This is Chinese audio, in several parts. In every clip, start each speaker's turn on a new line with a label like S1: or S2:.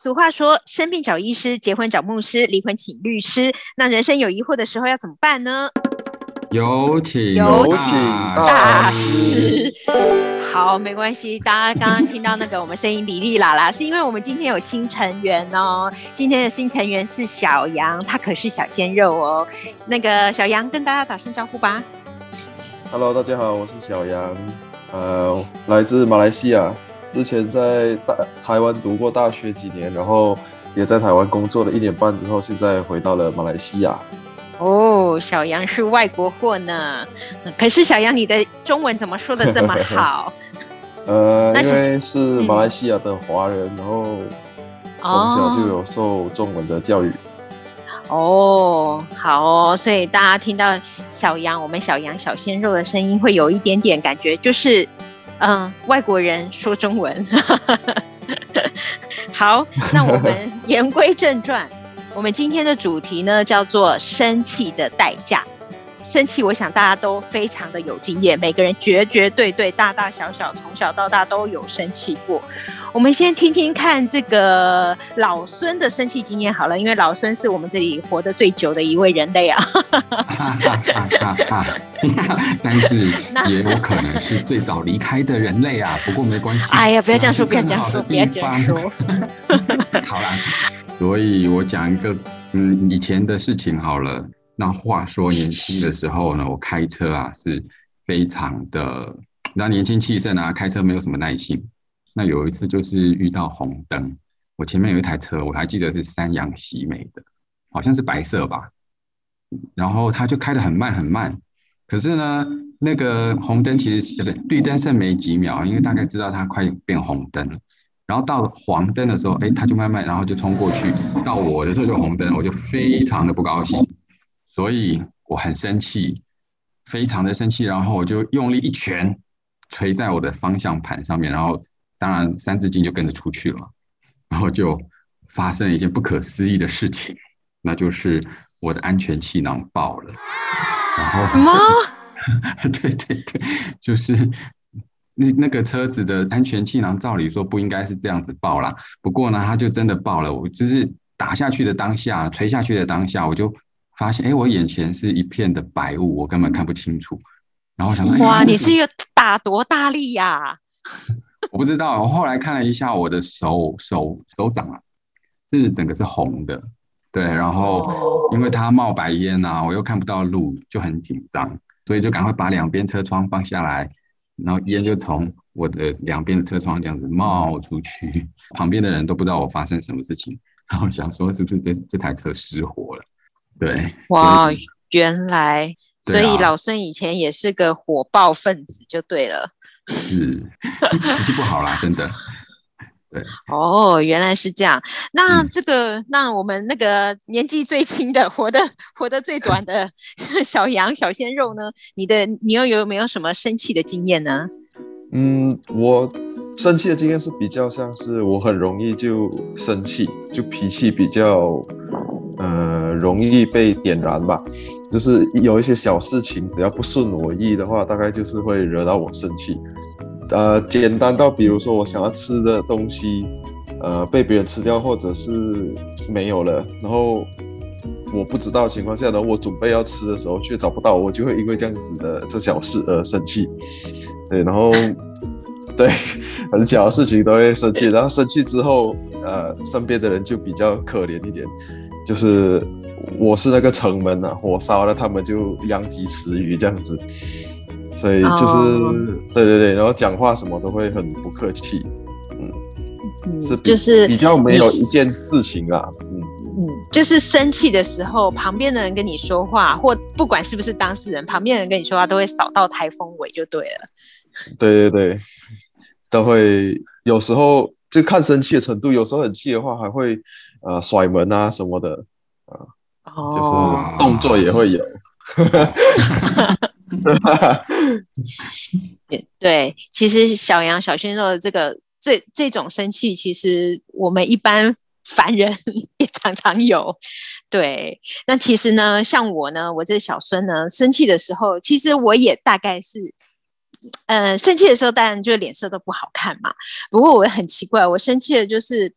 S1: 俗话说，生病找医师，结婚找牧师，离婚请律师。那人生有疑惑的时候要怎么办呢？
S2: 有请
S1: 有
S3: 有请
S2: 大
S1: 大
S3: 大
S1: 师。
S3: 师。
S1: 好，没关系。大家刚刚听到那个我们声音哩哩啦啦，是因为我们今天有新成员哦。今天的新成员是小杨，他可是小鲜肉哦。那个小杨跟大家打声招呼吧。
S3: Hello，大家好，我是小杨，来自马来西亚，之前在台湾读过大学几年，然后也在台湾工作了1年半之后，现在回到了马来西亚。
S1: 哦，小杨是外国货呢。可是小杨，你的中文怎么说的这么好？
S3: 因为是马来西亚的华人，然后从小就有受中文的教育。
S1: 哦，好哦，所以大家听到小杨，我们小杨小鲜肉的声音，会有一点点感觉，就是外国人说中文。好，那我们言归正传，我们今天的主题呢叫做生气的代价。生气，我想大家都非常的有经验，每个人绝对大大小小从小到大都有生气过。我们先听听看这个老孙的生气经验好了，因为老孙是我们这里活得最久的一位人类啊。
S2: 但是也有可能是最早离开的人类啊，不过没关系。
S1: 哎呀，不要这样说，不要这样说，不要这样说。
S2: 好啦，所以我讲一个以前的事情好了。那话说年轻的时候呢，我开车啊是非常的，那年轻气盛啊，开车没有什么耐性。那有一次就是遇到红灯，我前面有一台车，我还记得是三洋喜美的，好像是白色吧。然后他就开得很慢很慢，可是呢，那个红灯其实绿灯剩没几秒，因为大概知道它快变红灯了。然后到黄灯的时候，他就慢慢，然后就冲过去。到我的时候就红灯，我就非常的不高兴。所以我很生气，非常的生气，然后我就用力一拳捶在我的方向盘上面，然后当然三字经就跟着出去了，然后就发生了一件不可思议的事情，那就是我的安全气囊爆了。然后
S1: 什么？
S2: 对，就是那个车子的安全气囊，照理说不应该是这样子爆啦，不过呢，它就真的爆了。我就是打下去的当下，捶下去的当下，我就发现，我眼前是一片的白雾，我根本看不清楚。然后我想说，
S1: 哇，你是一个打多大力呀？
S2: 我不知道。我后来看了一下我的手掌啊，是整个是红的。对，然后因为它冒白烟啊，我又看不到路，就很紧张，所以就赶快把两边车窗放下来，然后烟就从我的两边的车窗这样子冒出去，旁边的人都不知道我发生什么事情，然后想说是不是这台车失火了。对，
S1: 哇，原来，所以
S2: 对啊，
S1: 老孙以前也是个火爆分子，就对了。
S2: 是，不是不好啦，真的。对，
S1: 哦，原来是这样。那那我们那个年纪最轻的、活得最短的小羊小鲜肉呢？你又有没有什么生气的经验呢？
S3: 我生气的经验是比较像是我很容易就生气，就脾气比较容易被点燃吧。就是有一些小事情，只要不顺我意的话，大概就是会惹到我生气。简单到比如说我想要吃的东西，被别人吃掉，或者是没有了，然后我不知道的情况下，然后我准备要吃的时候却找不到，我就会因为这样子的这小事而生气。对，然后对很小的事情都会生气，然后生气之后，身边的人就比较可怜一点，就是我是那个城门啊，火烧了他们就殃及池鱼这样子。所以就是对，然后讲话什么都会很不客气，
S1: 就是
S3: 比较没有一件事情啊，
S1: 就是生气的时候，旁边的人跟你说话，或不管是不是当事人，旁边的人跟你说话都会扫到台风尾就对了。
S3: 对，都会有时候就看生气的程度，有时候很气的话还会甩门啊什么的，就是动作也会有。
S1: 对，其实小羊小鲜肉的这种生气，其实我们一般凡人也常常有。对，那其实呢，像我呢，我这小孙呢，生气的时候，其实我也大概是，生气的时候当然就脸色都不好看嘛。不过我很奇怪，我生气的就是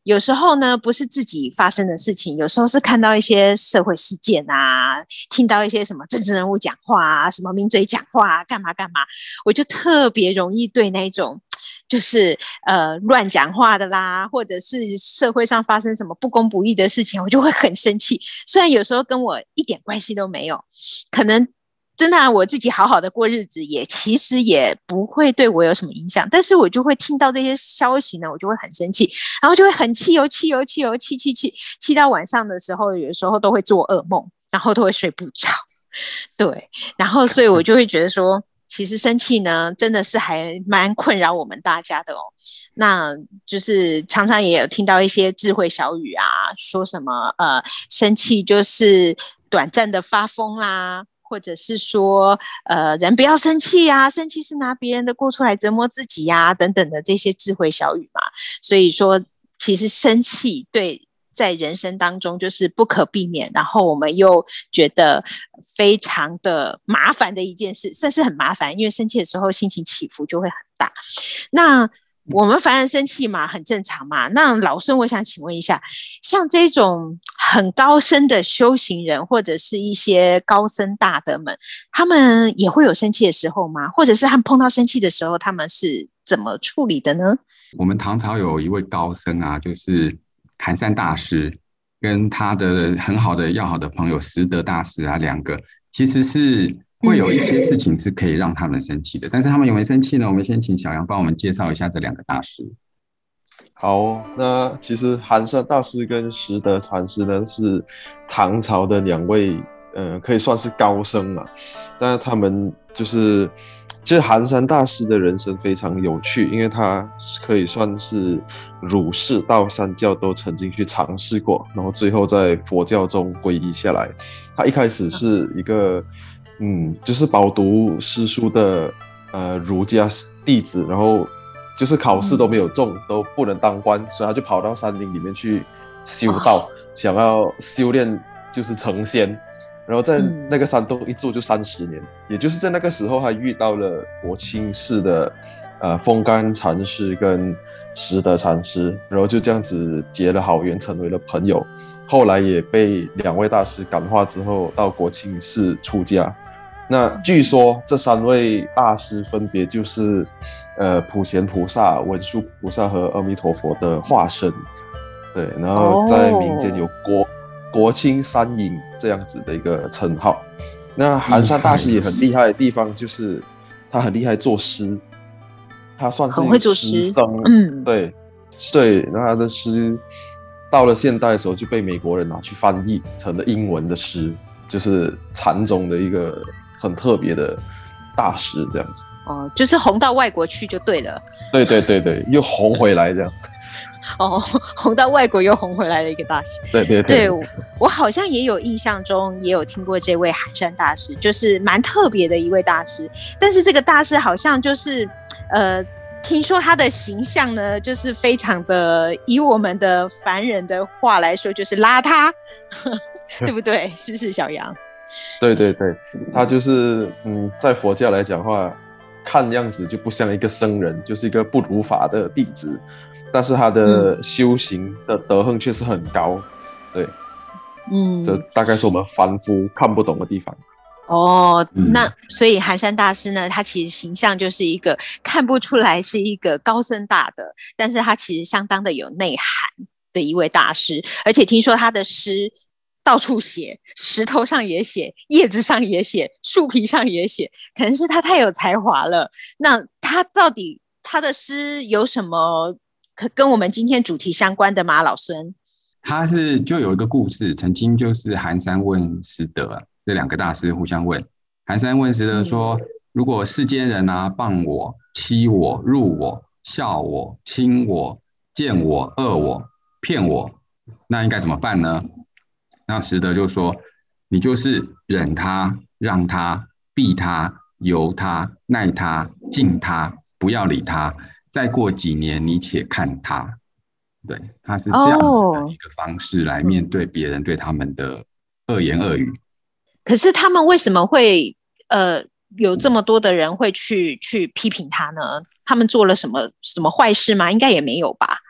S1: 有时候呢，不是自己发生的事情，有时候是看到一些社会事件啊，听到一些什么政治人物讲话啊，什么名嘴讲话啊，干嘛干嘛，我就特别容易对那种就是乱讲话的啦，或者是社会上发生什么不公不义的事情，我就会很生气。虽然有时候跟我一点关系都没有，可能真的我自己好好的过日子，其实也不会对我有什么影响，但是我就会听到这些消息呢，我就会很生气，然后就会很气气到晚上的时候，有的时候都会做噩梦，然后都会睡不着。对，然后所以我就会觉得说，其实生气呢，真的是还蛮困扰我们大家的哦。那就是常常也有听到一些智慧小语啊，说什么生气就是短暂的发疯啦，或者是说人不要生气啊，生气是拿别人的过错来折磨自己呀，等等的这些智慧小语嘛。所以说，其实生气在人生当中就是不可避免，然后我们又觉得非常的麻烦的一件事，算是很麻烦，因为生气的时候心情起伏就会很大。那我们凡人生气嘛，很正常嘛。那老孙，我想请问一下，像这种很高深的修行人，或者是一些高僧大德们，他们也会有生气的时候吗？或者是他们碰到生气的时候，他们是怎么处理的呢？
S2: 我们唐朝有一位高僧啊，就是寒山大师，跟他的很好的要好的朋友拾得大师啊，两个其实是会有一些事情是可以让他们生气的，但是他们有没有生气呢？我们先请小杨帮我们介绍一下这两个大师。
S3: 好，那其实寒山大师跟拾得禅师呢是唐朝的两位，可以算是高僧嘛。但是他们其实寒山大师的人生非常有趣，因为他可以算是儒释道三教都曾经去尝试过，然后最后在佛教中皈依下来。他一开始是一个，就是饱读诗书的儒家弟子，然后就是考试都没有中，都不能当官，所以他就跑到山林里面去修道，想要修炼就是成仙。然后在那个山洞一住就30年，也就是在那个时候，他遇到了国清寺的风干禅师跟拾得禅师，然后就这样子结了好缘，成为了朋友。后来也被两位大师感化之后，到国清寺出家。那据说这3位大师分别就是普贤菩萨、文殊菩萨和阿弥陀佛的化身。对，然后在民间有国清三隐这样子的一个称号。那寒山大师也很厉害的地方就是他很厉害做诗，他算是一个诗僧。对，那他的诗到了现代的时候就被美国人拿去翻译成了英文的诗，就是禅宗的一个很特别的大师这样子。
S1: 就是红到外国去就对了。
S3: 对，又红回来这样。
S1: 红到外国又红回来的一个大师。对，我好像也有印象中也有听过这位寒山大师，就是蛮特别的一位大师。但是这个大师好像就是听说他的形象呢，就是非常的，以我们的凡人的话来说，就是邋遢，对不对？是不是小杨？
S3: 对，他就是在佛教来讲的话，看样子就不像一个僧人，就是一个不如法的弟子。但是他的修行的德行确实很高，对，这大概是我们凡夫看不懂的地方。
S1: 那所以寒山大师呢，他其实形象就是一个看不出来是一个高僧大德，但是他其实相当的有内涵的一位大师，而且听说他的诗到处写，石头上也写，叶子上也写，树皮上也写，可能是他太有才华了。那他到底他的诗有什么跟我们今天主题相关的吗？老孙，
S2: 就有一个故事，曾经就是寒山问拾得，这两个大师互相问。寒山问拾得说：如果世间人啊谤我、欺我、辱我、笑我、轻我、贱我、恶我、骗我，那应该怎么办呢？那拾得就说：你就是忍他、让他、避他、由他、耐他、敬他，不要理他。再过几年，你且看他。对，他是这样子的一个方式来面对别人对他们的恶言恶语。
S1: 可是他们为什么会有这么多的人会去批评他呢？他们做了什么坏事吗？应该也没有吧。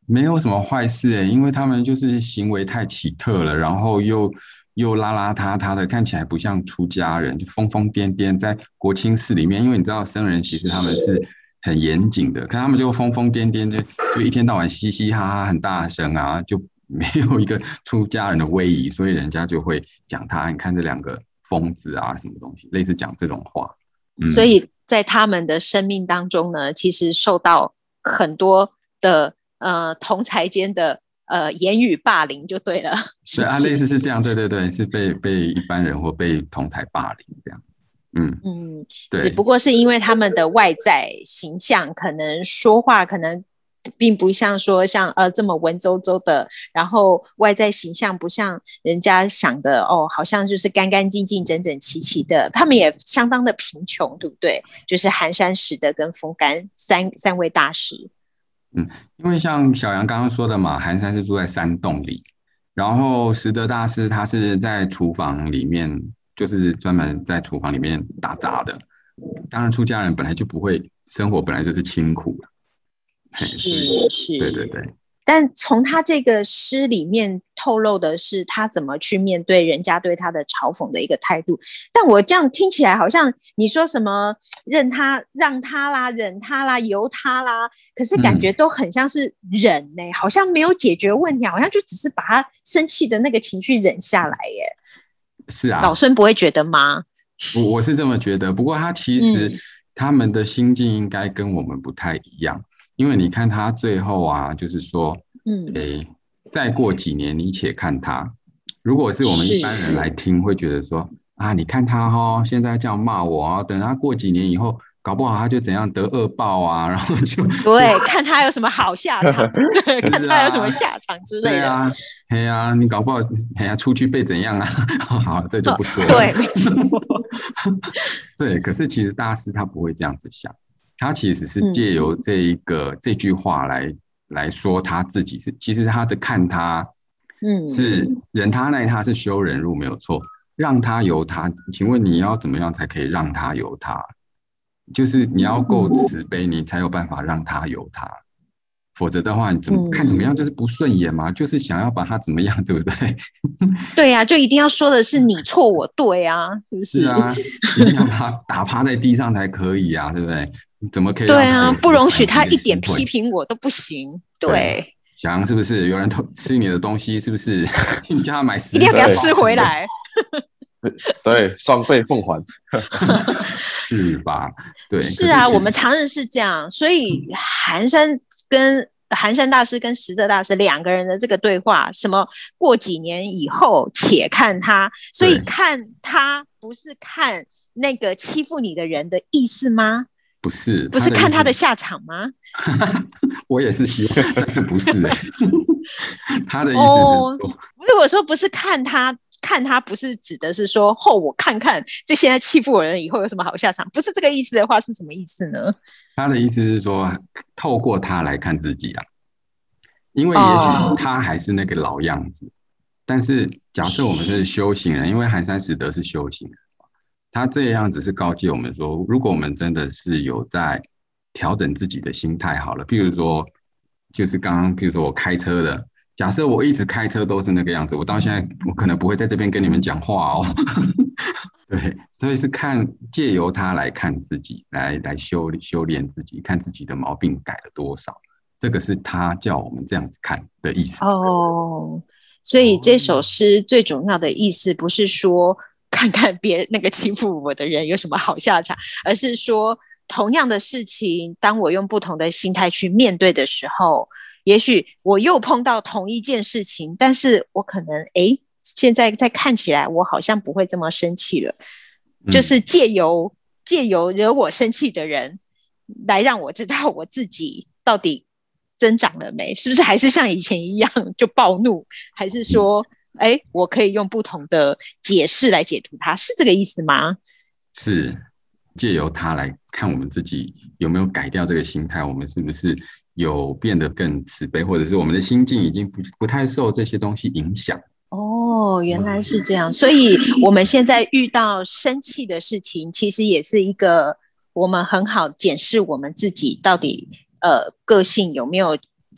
S2: 没有什么坏事因为他们就是行为太奇特了，然后又邋邋遢遢的，看起来不像出家人，就疯疯癫癫在国清寺里面。因为你知道僧人其实他们是很严谨的，看他们就疯疯癫癫，就一天到晚嘻嘻哈哈很大声啊，就没有一个出家人的威仪，所以人家就会讲他，你看这两个疯子啊，什么东西，类似讲这种话。
S1: 所以在他们的生命当中呢，其实受到很多的同侪间的言语霸凌就对了。
S2: 对啊，类似是这样，对对对，是被一般人或被同侪霸凌这样。对，
S1: 只不过是因为他们的外在形象，可能说话可能并不像说像这么文绉绉的，然后外在形象不像人家想的好像就是干干净净、整整齐齐的。他们也相当的贫穷，对不对？就是寒山拾得跟风干三位大师。
S2: 因为像小杨刚刚说的嘛，寒山是住在山洞里，然后拾得大师他是在厨房里面，就是专门在厨房里面打杂的。当然，出家人本来就不会生活，本来就是清苦了。
S1: 是，
S2: 对对对。
S1: 但从他这个诗里面透露的是他怎么去面对人家对他的嘲讽的一个态度。但我这样听起来好像你说什么任他、让他啦、忍他啦、由他啦，可是感觉都很像是忍好像没有解决问题，好像就只是把他生气的那个情绪忍下来耶。
S2: 是啊，
S1: 老孙不会觉得吗？
S2: 我是这么觉得，不过他其实他们的心境应该跟我们不太一样。因为你看他最后啊，就是说，再过几年你且看他。如果是我们一般人来听，会觉得说啊，你看他现在这样骂我啊，等他过几年以后，搞不好他就怎样得恶报啊，然后就
S1: 对，看他有什么好下场，对，看他有什么下场之类的。
S2: 对啊，你搞不好出去被怎样啊？好，这就不说了。
S1: 对，没错。
S2: 对，可是其实大师他不会这样子想。他其实是借由这句话来说他自己其实他的看他，是忍他耐他是修忍辱没有错，让他由他，请问你要怎么样才可以让他由他？就是你要够慈悲，你才有办法让他由他，否则的话你看怎么样就是不顺眼嘛，就是想要把他怎么样，对不对？
S1: 对啊，就一定要说的是你错我对啊，是不是？
S2: 是啊，一定要把他打趴在地上才可以啊，对不对？怎么可以？
S1: 对啊，不容许他一点批评我都不行。对，
S2: 小杨是不是有人吃你的东西？是不是你叫他买10，
S1: 一定要给他吃回来？
S3: 对，双倍奉还，
S2: 是吧？对，
S1: 是啊，我们常人是这样，所以寒山大师跟拾得大师两个人的这个对话，什么过几年以后且看他，所以看他不是看那个欺负你的人的意思吗？
S2: 不是，
S1: 不是看他的下场吗？
S2: 我也是希望，但是不是他的意思是说，
S1: 如果说不是看他不是指的是说我看看这现在欺负我的人以后有什么好下场，不是这个意思的话是什么意思呢？
S2: 他的意思是说透过他来看自己啊，因为也许他还是那个老样子，但是假设我们是修行人，因为寒山拾得是修行人，他这样子是告诫我们说，如果我们真的是有在调整自己的心态好了，譬如说就是刚刚譬如说我开车的，假设我一直开车都是那个样子，我到现在我可能不会在这边跟你们讲话哦。对，所以是借由他来看自己，来修炼自己，看自己的毛病改了多少，这个是他叫我们这样子看的意思。
S1: 所以这首诗最重要的意思不是说看看别人那个欺负我的人有什么好下场，而是说同样的事情，当我用不同的心态去面对的时候，也许我又碰到同一件事情，但是我可能现在再看起来我好像不会这么生气了，就是借由惹我生气的人来让我知道我自己到底增长了没，是不是还是像以前一样就暴怒，还是说我可以用不同的解释来解读它，是这个意思吗？
S2: 是借由它来看我们自己有没有改掉这个心态，我们是不是有变得更慈悲，或者是我们的心境已经不太受这些东西影响。
S1: 原来是这样，所以我们现在遇到生气的事情，其实也是一个我们很好检视我们自己到底个性有没有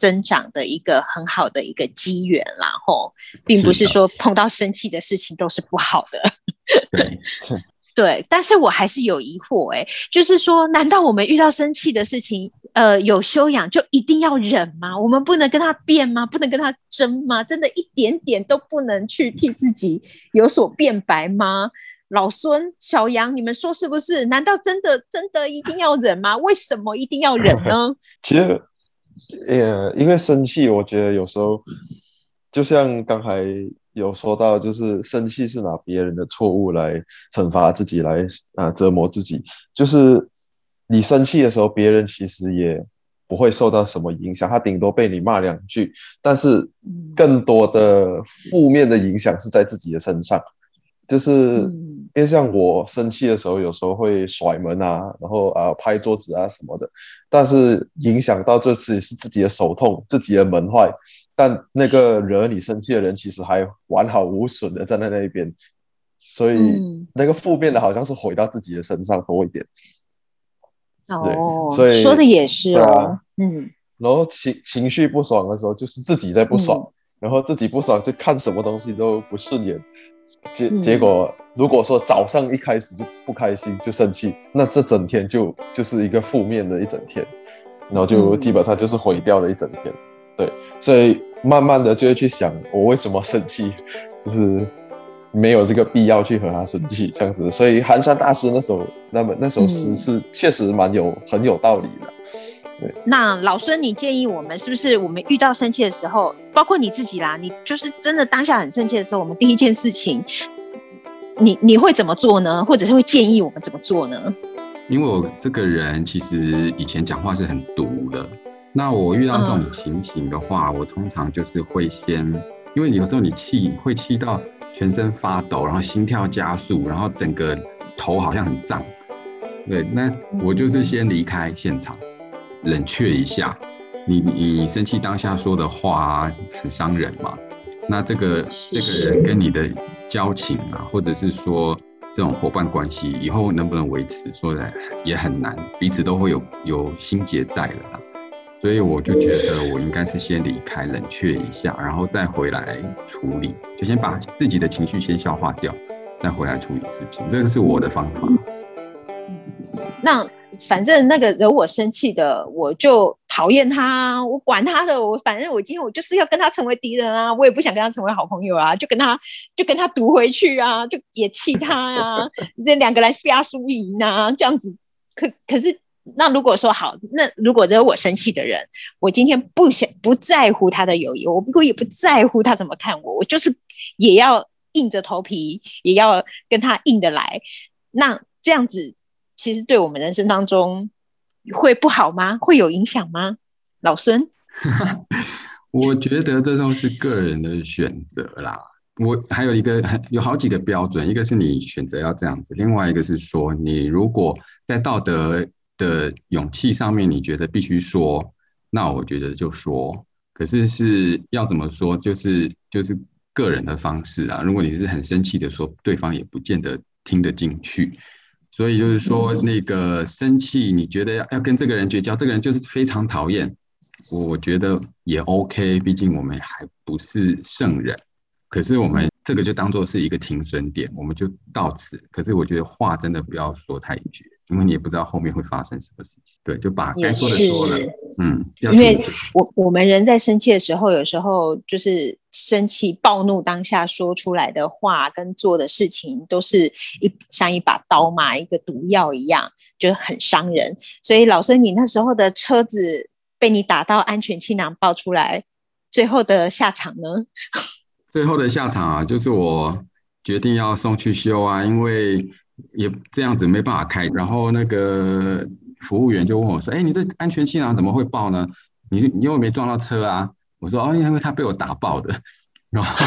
S1: 增长的一个很好的一个机缘啦吼，并不是说碰到生气的事情都是不好的。
S2: 对
S1: 对，但是我还是有疑惑就是说，难道我们遇到生气的事情，有修养就一定要忍吗？我们不能跟他辩吗？不能跟他争吗？真的一点点都不能去替自己有所辩白吗？老孙、小杨，你们说是不是？难道真的一定要忍吗？为什么一定要忍呢？
S3: 其实，因为生气，我觉得有时候就像刚才有说到，就是生气是拿别人的错误来惩罚自己，来折磨自己。就是你生气的时候，别人其实也不会受到什么影响，他顶多被你骂两句，但是更多的负面的影响是在自己的身上。就是因为像我生气的时候，有时候会甩门啊，然后拍桌子啊什么的，但是影响到这次是自己的手痛，自己的门坏，但那个惹你生气的人其实还完好无损的站在那一边，所以那个负面的好像是回到自己的身上多一点。对，所以
S1: 说的也是哦，
S3: 然后情绪不爽的时候，就是自己在不爽，然后自己不爽就看什么东西都不顺眼。结果如果说早上一开始就不开心就生气，那这整天就是一个负面的一整天，然后就基本上就是毁掉了一整天。对，所以慢慢的就会去想我为什么生气，就是没有这个必要去和他生气这样子。所以寒山大师那首诗是确实很有道理的。
S1: 那老孙，你建议我们是不是我们遇到生气的时候，包括你自己啦，你就是真的当下很生气的时候，我们第一件事情，你会怎么做呢？或者是会建议我们怎么做呢？
S2: 因为我这个人其实以前讲话是很毒的，那我遇到这种情形的话，我通常就是会先，因为有时候你会气到全身发抖，然后心跳加速，然后整个头好像很胀，对，那我就是先离开现场。冷却一下，你生气当下说的话很伤人嘛？那这个人跟你的交情啊，或者是说这种伙伴关系，以后能不能维持，说来也很难，彼此都会有心结在了啦。所以我就觉得我应该是先离开，冷却一下，然后再回来处理，就先把自己的情绪先消化掉，再回来处理事情，这个是我的方法。
S1: 那反正那个惹我生气的，我就讨厌他，我管他的，反正我今天我就是要跟他成为敌人啊，我也不想跟他成为好朋友啊，就跟他读回去啊，就也气他啊，这两个来啪输赢啊，这样子。可是那如果说好，那如果惹我生气的人，我今天不在乎他的友谊，我也不在乎他怎么看我，我就是也要硬着头皮，也要跟他硬得来。那这样子。其实对我们人生当中会不好吗？会有影响吗？老孙，
S2: 我觉得这都是个人的选择啦。我还有好几个标准，一个是你选择要这样子，另外一个是说，你如果在道德的勇气上面，你觉得必须说，那我觉得就说。可是要怎么说，就是个人的方式啊。如果你是很生气的说，对方也不见得听得进去。所以就是说，那个生气，你觉得要跟这个人绝交，这个人就是非常讨厌，我觉得也 OK， 毕竟我们还不是圣人。可是我们这个就当做是一个停损点，我们就到此。可是我觉得话真的不要说太绝，因为你也不知道后面会发生什么事情。对，就把该说的说了。
S1: 因为我们人在生气的时候，有时候就是生气暴怒当下说出来的话跟做的事情，都是像一把刀嘛，一个毒药一样，就很伤人。所以老孙，你那时候的车子被你打到安全气囊爆出来，最后的下场呢？
S2: 最后的下场啊，就是我决定要送去修啊，因为也这样子没办法开。然后那个服务员就问我说：“你这安全气囊怎么会爆呢？你又没撞到车啊？”我说：“哦，因为他被我打爆的。”然后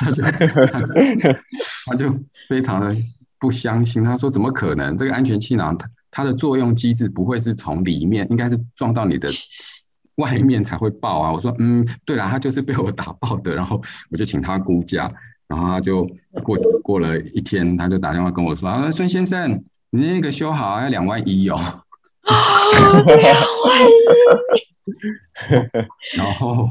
S2: 他就非常的不相信，他说：“怎么可能？这个安全气囊它的作用机制不会是从里面，应该是撞到你的外面才会爆啊！”我说：“对啦，他就是被我打爆的。”然后我就请他估价，然后他就过了一天，他就打电话跟我说：“孙先生，你那个修好要2.1万哦。”
S1: 2.1万！
S2: 然后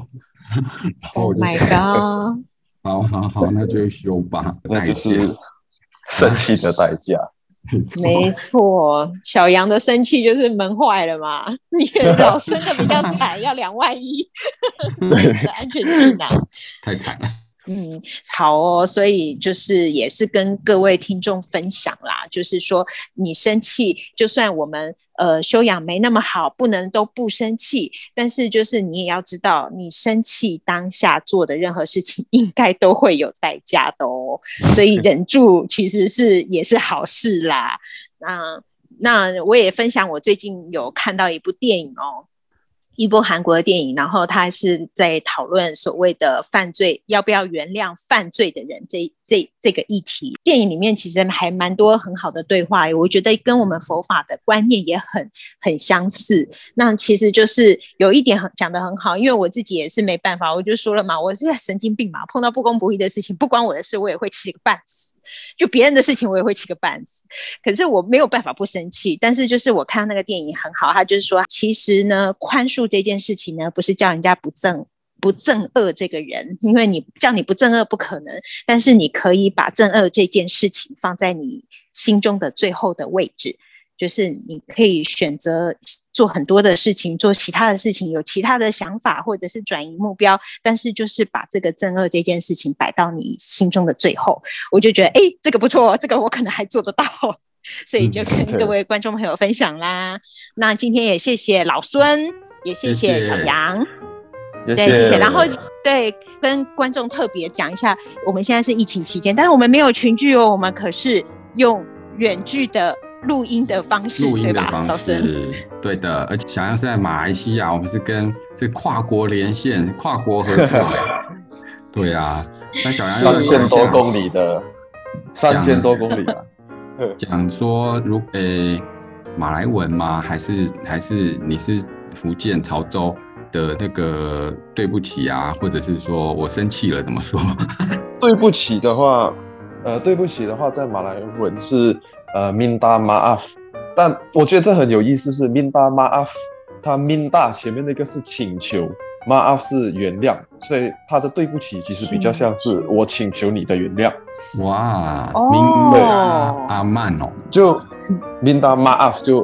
S1: Oh
S2: 我就
S1: my god！
S2: 好，那就修吧，
S3: 那就是
S2: 代价
S3: 生气的代价。
S1: 没错，小杨的生气就是门坏了嘛。你老孙的比较惨，要2万1，所以的安全气囊。
S2: 太惨了。
S1: 好哦，所以就是也是跟各位听众分享啦，就是说你生气，就算我们修养没那么好，不能都不生气，但是就是你也要知道，你生气当下做的任何事情，应该都会有代价的哦，所以忍住其实也是好事啦。那我也分享，我最近有看到一部电影哦。一部韩国的电影，然后他是在讨论所谓的犯罪要不要原谅犯罪的人这个议题。电影里面其实还蛮多很好的对话，我觉得跟我们佛法的观念也很相似。那其实就是有一点讲得很好，因为我自己也是没办法，我就说了嘛，我是神经病嘛，碰到不公不义的事情，不关我的事，我也会气个半死。就别人的事情我也会气个半死，可是我没有办法不生气。但是就是我看那个电影很好，他就是说其实呢宽恕这件事情呢不是叫人家不憎恶这个人，因为你叫你不憎恶不可能，但是你可以把憎恶这件事情放在你心中的最后的位置，就是你可以选择做很多的事情，做其他的事情，有其他的想法，或者是转移目标，但是就是把这个憎恶这件事情摆到你心中的最后。我就觉得这个不错，这个我可能还做得到，所以就跟各位观众朋友分享啦。那今天也谢谢老孙，也谢谢小杨，对，谢谢。然后对，跟观众特别讲一下，我们现在是疫情期间，但是我们没有群聚哦，我们可是用远距的录音的方式，对吧？老师，
S2: 对的，而且小杨是在马来西亚，我们是跨国连线、跨国合作。对啊，那小杨
S3: 3000多公里的，3000多公里啊。
S2: 讲说马来文吗？还是你是福建潮州的那个对不起啊，或者是说我生气了怎么说？
S3: 对不起的话，在马来文是minta maaf， 但我觉得这很有意思，是 minta maaf， 它 minta 前面那个是请求，maaf 是原谅，所以它的对不起其实比较像是我请求你的原谅。
S2: 哇，minta阿曼哦，
S3: 就 minta maaf 就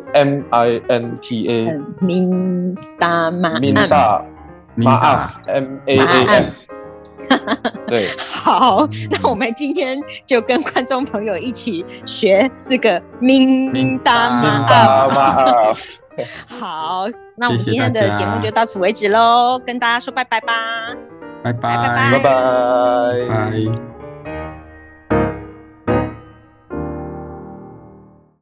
S3: MINTA，
S1: minta
S3: maaf MAAF。对，
S1: 好，那我们今天就跟观众朋友一起学这个 minta maaf。好，那我们今天的节目就到此为止喽，跟大家说拜拜吧，
S2: 拜拜
S3: 拜拜。